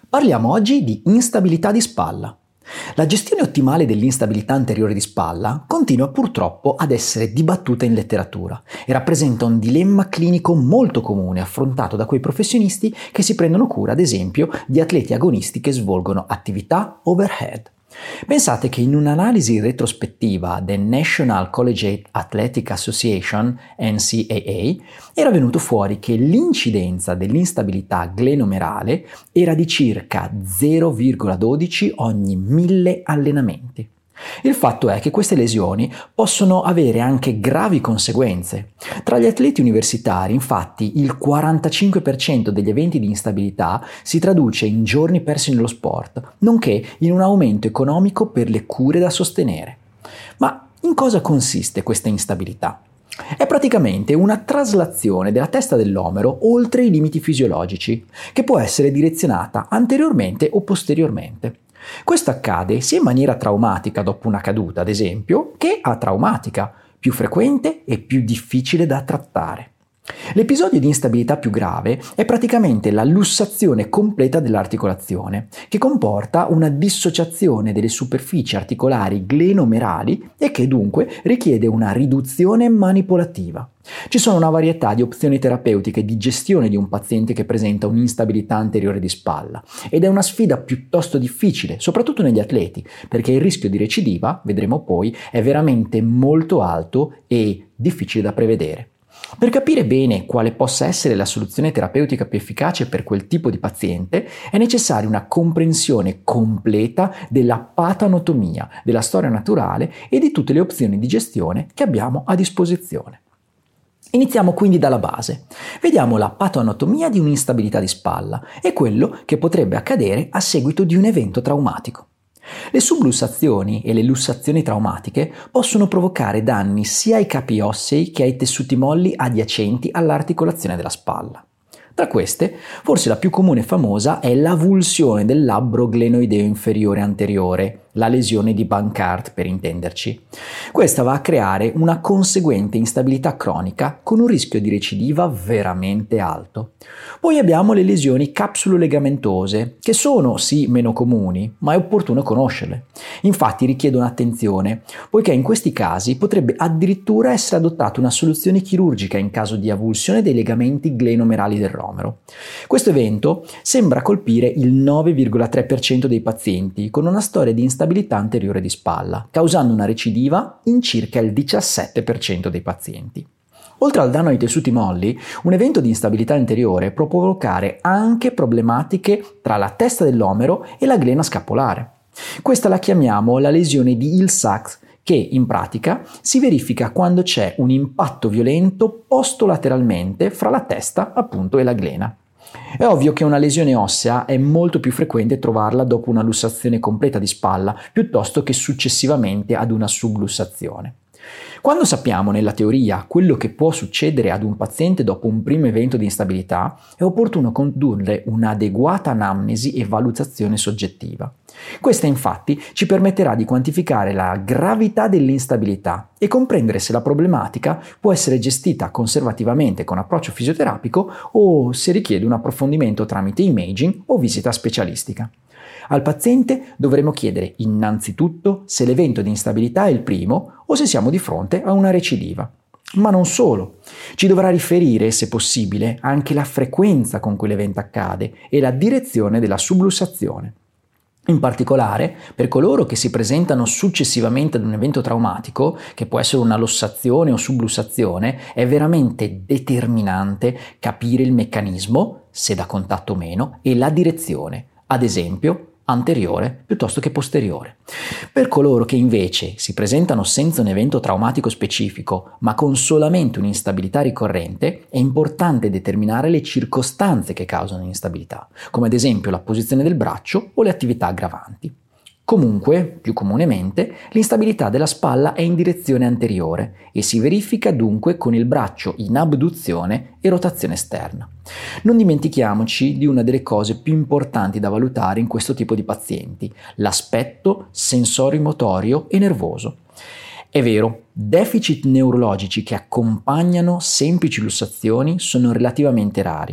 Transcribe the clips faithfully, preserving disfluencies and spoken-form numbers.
Parliamo oggi di instabilità di spalla. La gestione ottimale dell'instabilità anteriore di spalla continua purtroppo ad essere dibattuta in letteratura e rappresenta un dilemma clinico molto comune affrontato da quei professionisti che si prendono cura, ad esempio, di atleti agonisti che svolgono attività overhead. Pensate che in un'analisi retrospettiva del National Collegiate Athletic Association, N C A A, era venuto fuori che l'incidenza dell'instabilità glenomerale era di circa zero virgola dodici ogni mille allenamenti. Il fatto è che queste lesioni possono avere anche gravi conseguenze. Tra gli atleti universitari, infatti, il quarantacinque per cento degli eventi di instabilità si traduce in giorni persi nello sport, nonché in un aumento economico per le cure da sostenere. Ma in cosa consiste questa instabilità? È praticamente una traslazione della testa dell'omero oltre i limiti fisiologici, che può essere direzionata anteriormente o posteriormente. Questo accade sia in maniera traumatica dopo una caduta, ad esempio, che atraumatica, più frequente e più difficile da trattare. L'episodio di instabilità più grave è praticamente la lussazione completa dell'articolazione, che comporta una dissociazione delle superfici articolari glenomerali e che dunque richiede una riduzione manipolativa. Ci sono una varietà di opzioni terapeutiche di gestione di un paziente che presenta un'instabilità anteriore di spalla ed è una sfida piuttosto difficile, soprattutto negli atleti, perché il rischio di recidiva, vedremo poi, è veramente molto alto e difficile da prevedere. Per capire bene quale possa essere la soluzione terapeutica più efficace per quel tipo di paziente è necessaria una comprensione completa della patanotomia, della storia naturale e di tutte le opzioni di gestione che abbiamo a disposizione. Iniziamo quindi dalla base. Vediamo la patoanatomia di un'instabilità di spalla e quello che potrebbe accadere a seguito di un evento traumatico. Le sublussazioni e le lussazioni traumatiche possono provocare danni sia ai capi ossei che ai tessuti molli adiacenti all'articolazione della spalla. Tra queste, forse la più comune e famosa è l'avulsione del labbro glenoideo inferiore anteriore, la lesione di Bankart per intenderci. Questa va a creare una conseguente instabilità cronica con un rischio di recidiva veramente alto. Poi abbiamo le lesioni capsulo-legamentose, che sono sì meno comuni, ma è opportuno conoscerle. Infatti richiedono attenzione, poiché in questi casi potrebbe addirittura essere adottata una soluzione chirurgica in caso di avulsione dei legamenti glenomerali del romero. Questo evento sembra colpire il nove virgola tre per cento dei pazienti con una storia di instabilità anteriore di spalla, causando una recidiva in circa il diciassette per cento dei pazienti. Oltre al danno ai tessuti molli, un evento di instabilità anteriore può provocare anche problematiche tra la testa dell'omero e la glena scapolare. Questa la chiamiamo la lesione di Hill-Sachs, che in pratica si verifica quando c'è un impatto violento posto-lateralmente fra la testa, appunto, e la glena. È ovvio che una lesione ossea è molto più frequente trovarla dopo una lussazione completa di spalla piuttosto che successivamente ad una sublussazione. Quando sappiamo nella teoria quello che può succedere ad un paziente dopo un primo evento di instabilità, è opportuno condurre un'adeguata anamnesi e valutazione soggettiva. Questa infatti ci permetterà di quantificare la gravità dell'instabilità e comprendere se la problematica può essere gestita conservativamente con approccio fisioterapico o se richiede un approfondimento tramite imaging o visita specialistica. Al paziente dovremo chiedere innanzitutto se l'evento di instabilità è il primo o se siamo di fronte a una recidiva. Ma non solo, ci dovrà riferire, se possibile, anche la frequenza con cui l'evento accade e la direzione della sublussazione. In particolare, per coloro che si presentano successivamente ad un evento traumatico, che può essere una lussazione o sublussazione, è veramente determinante capire il meccanismo, se da contatto o meno, e la direzione, ad esempio anteriore piuttosto che posteriore. Per coloro che invece si presentano senza un evento traumatico specifico, ma con solamente un'instabilità ricorrente, è importante determinare le circostanze che causano l'instabilità, come ad esempio la posizione del braccio o le attività aggravanti. Comunque, più comunemente, l'instabilità della spalla è in direzione anteriore e si verifica dunque con il braccio in abduzione e rotazione esterna. Non dimentichiamoci di una delle cose più importanti da valutare in questo tipo di pazienti, l'aspetto sensorimotorio e nervoso. È vero, deficit neurologici che accompagnano semplici lussazioni sono relativamente rari.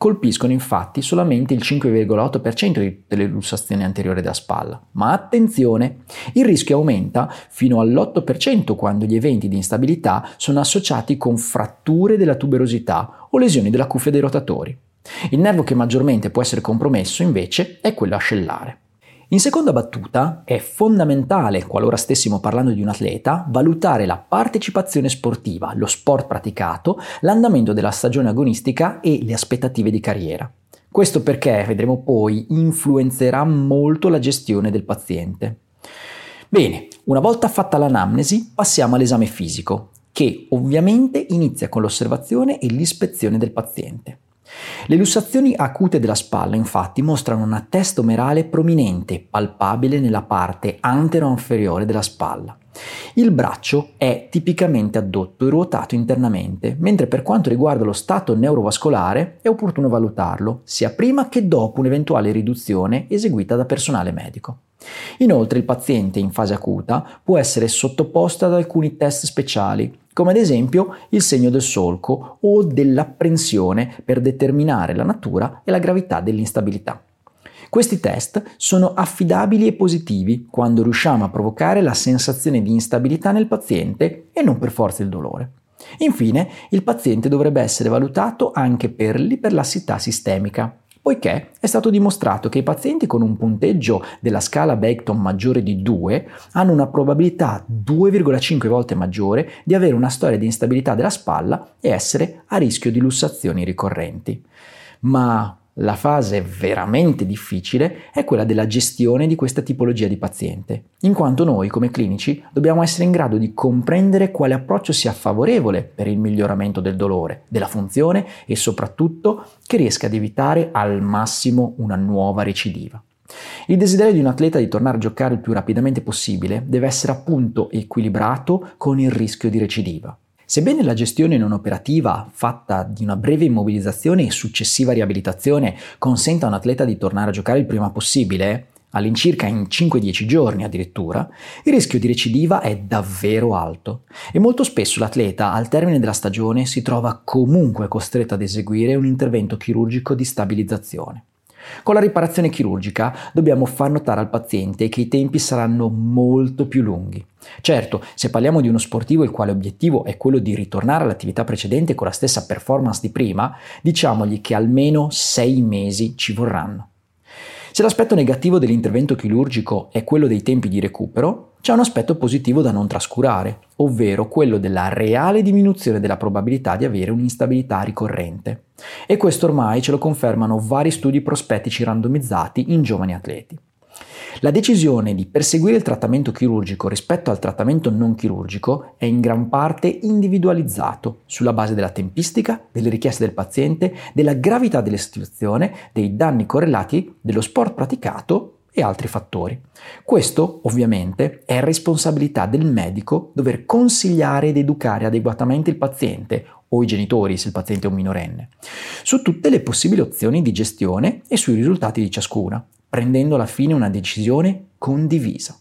colpiscono infatti solamente il cinque virgola otto per cento di tutte le lussazioni anteriori della spalla. Ma attenzione, il rischio aumenta fino all'otto per cento quando gli eventi di instabilità sono associati con fratture della tuberosità o lesioni della cuffia dei rotatori. Il nervo che maggiormente può essere compromesso invece è quello ascellare. In seconda battuta è fondamentale, qualora stessimo parlando di un atleta, valutare la partecipazione sportiva, lo sport praticato, l'andamento della stagione agonistica e le aspettative di carriera. Questo perché, vedremo poi, influenzerà molto la gestione del paziente. Bene, una volta fatta l'anamnesi, passiamo all'esame fisico, che ovviamente inizia con l'osservazione e l'ispezione del paziente. Le lussazioni acute della spalla infatti mostrano una testa omerale prominente, palpabile nella parte antero-inferiore della spalla. Il braccio è tipicamente addotto e ruotato internamente, mentre per quanto riguarda lo stato neurovascolare è opportuno valutarlo, sia prima che dopo un'eventuale riduzione eseguita da personale medico. Inoltre il paziente in fase acuta può essere sottoposto ad alcuni test speciali, come ad esempio il segno del solco o dell'apprensione per determinare la natura e la gravità dell'instabilità. Questi test sono affidabili e positivi quando riusciamo a provocare la sensazione di instabilità nel paziente e non per forza il dolore. Infine, il paziente dovrebbe essere valutato anche per l'iperlassità sistemica, poiché è stato dimostrato che i pazienti con un punteggio della scala Beighton maggiore di due hanno una probabilità due virgola cinque volte maggiore di avere una storia di instabilità della spalla e essere a rischio di lussazioni ricorrenti. Ma la fase veramente difficile è quella della gestione di questa tipologia di paziente, in quanto noi come clinici dobbiamo essere in grado di comprendere quale approccio sia favorevole per il miglioramento del dolore, della funzione e soprattutto che riesca ad evitare al massimo una nuova recidiva. Il desiderio di un atleta di tornare a giocare il più rapidamente possibile deve essere appunto equilibrato con il rischio di recidiva. Sebbene la gestione non operativa, fatta di una breve immobilizzazione e successiva riabilitazione, consenta a un atleta di tornare a giocare il prima possibile, all'incirca in cinque dieci giorni addirittura, il rischio di recidiva è davvero alto e molto spesso l'atleta al termine della stagione si trova comunque costretto ad eseguire un intervento chirurgico di stabilizzazione. Con la riparazione chirurgica dobbiamo far notare al paziente che i tempi saranno molto più lunghi. Certo, se parliamo di uno sportivo il quale obiettivo è quello di ritornare all'attività precedente con la stessa performance di prima, diciamogli che almeno sei mesi ci vorranno. Se l'aspetto negativo dell'intervento chirurgico è quello dei tempi di recupero, c'è un aspetto positivo da non trascurare, ovvero quello della reale diminuzione della probabilità di avere un'instabilità ricorrente. E questo ormai ce lo confermano vari studi prospettici randomizzati in giovani atleti. La decisione di perseguire il trattamento chirurgico rispetto al trattamento non chirurgico è in gran parte individualizzato sulla base della tempistica, delle richieste del paziente, della gravità della situazione, dei danni correlati dello sport praticato e altri fattori. Questo, ovviamente, è responsabilità del medico dover consigliare ed educare adeguatamente il paziente o i genitori se il paziente è un minorenne, su tutte le possibili opzioni di gestione e sui risultati di ciascuna, prendendo alla fine una decisione condivisa.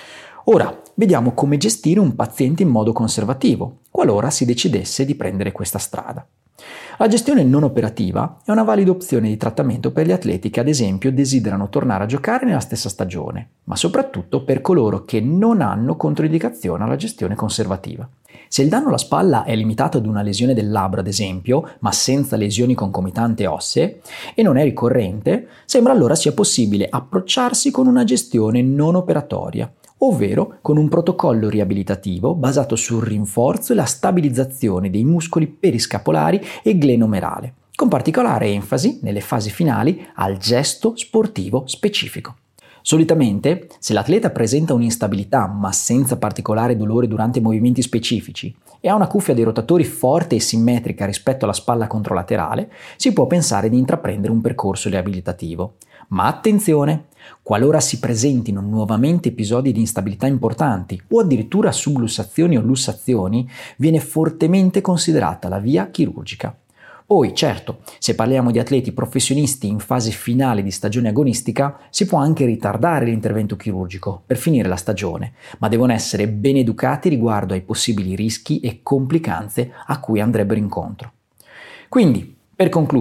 Ora, vediamo come gestire un paziente in modo conservativo, qualora si decidesse di prendere questa strada. La gestione non operativa è una valida opzione di trattamento per gli atleti che ad esempio desiderano tornare a giocare nella stessa stagione, ma soprattutto per coloro che non hanno controindicazione alla gestione conservativa. Se il danno alla spalla è limitato ad una lesione del labbro ad esempio, ma senza lesioni concomitanti ossee, e non è ricorrente, sembra allora sia possibile approcciarsi con una gestione non operatoria, ovvero con un protocollo riabilitativo basato sul rinforzo e la stabilizzazione dei muscoli periscapolari e glenomerale, con particolare enfasi nelle fasi finali al gesto sportivo specifico. Solitamente, se l'atleta presenta un'instabilità ma senza particolare dolore durante movimenti specifici e ha una cuffia dei rotatori forte e simmetrica rispetto alla spalla controlaterale, si può pensare di intraprendere un percorso riabilitativo. Ma attenzione! Qualora si presentino nuovamente episodi di instabilità importanti o addirittura sublussazioni o lussazioni, viene fortemente considerata la via chirurgica. Poi, certo, se parliamo di atleti professionisti in fase finale di stagione agonistica, si può anche ritardare l'intervento chirurgico per finire la stagione, ma devono essere ben educati riguardo ai possibili rischi e complicanze a cui andrebbero incontro. Quindi, per concludere,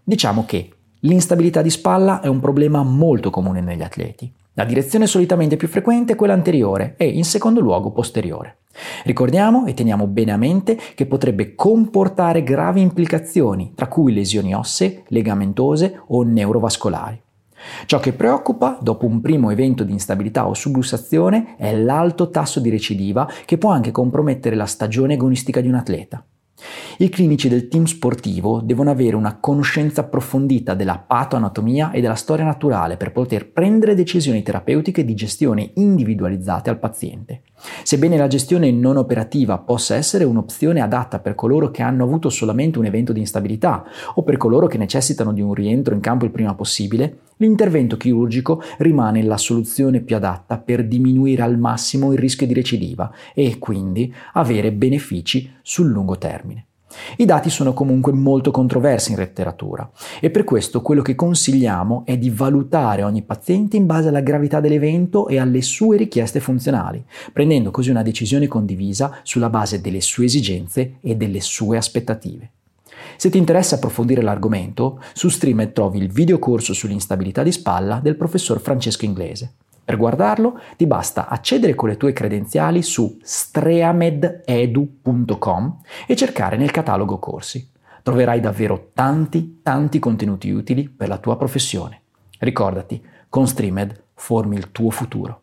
Diciamo che l'instabilità di spalla è un problema molto comune negli atleti. La direzione solitamente più frequente è quella anteriore e, in secondo luogo, posteriore. Ricordiamo e teniamo bene a mente che potrebbe comportare gravi implicazioni, tra cui lesioni ossee, legamentose o neurovascolari. Ciò che preoccupa dopo un primo evento di instabilità o sublussazione è l'alto tasso di recidiva che può anche compromettere la stagione agonistica di un atleta. I clinici del team sportivo devono avere una conoscenza approfondita della patoanatomia e della storia naturale per poter prendere decisioni terapeutiche di gestione individualizzate al paziente. Sebbene la gestione non operativa possa essere un'opzione adatta per coloro che hanno avuto solamente un evento di instabilità o per coloro che necessitano di un rientro in campo il prima possibile, l'intervento chirurgico rimane la soluzione più adatta per diminuire al massimo il rischio di recidiva e quindi avere benefici sul lungo termine. I dati sono comunque molto controversi in letteratura e per questo quello che consigliamo è di valutare ogni paziente in base alla gravità dell'evento e alle sue richieste funzionali, prendendo così una decisione condivisa sulla base delle sue esigenze e delle sue aspettative. Se ti interessa approfondire l'argomento, su Streamed trovi il videocorso sull'instabilità di spalla del professor Francesco Inglese. Per guardarlo ti basta accedere con le tue credenziali su streamededu punto com e cercare nel catalogo corsi. Troverai davvero tanti, tanti contenuti utili per la tua professione. Ricordati, con Streamed formi il tuo futuro.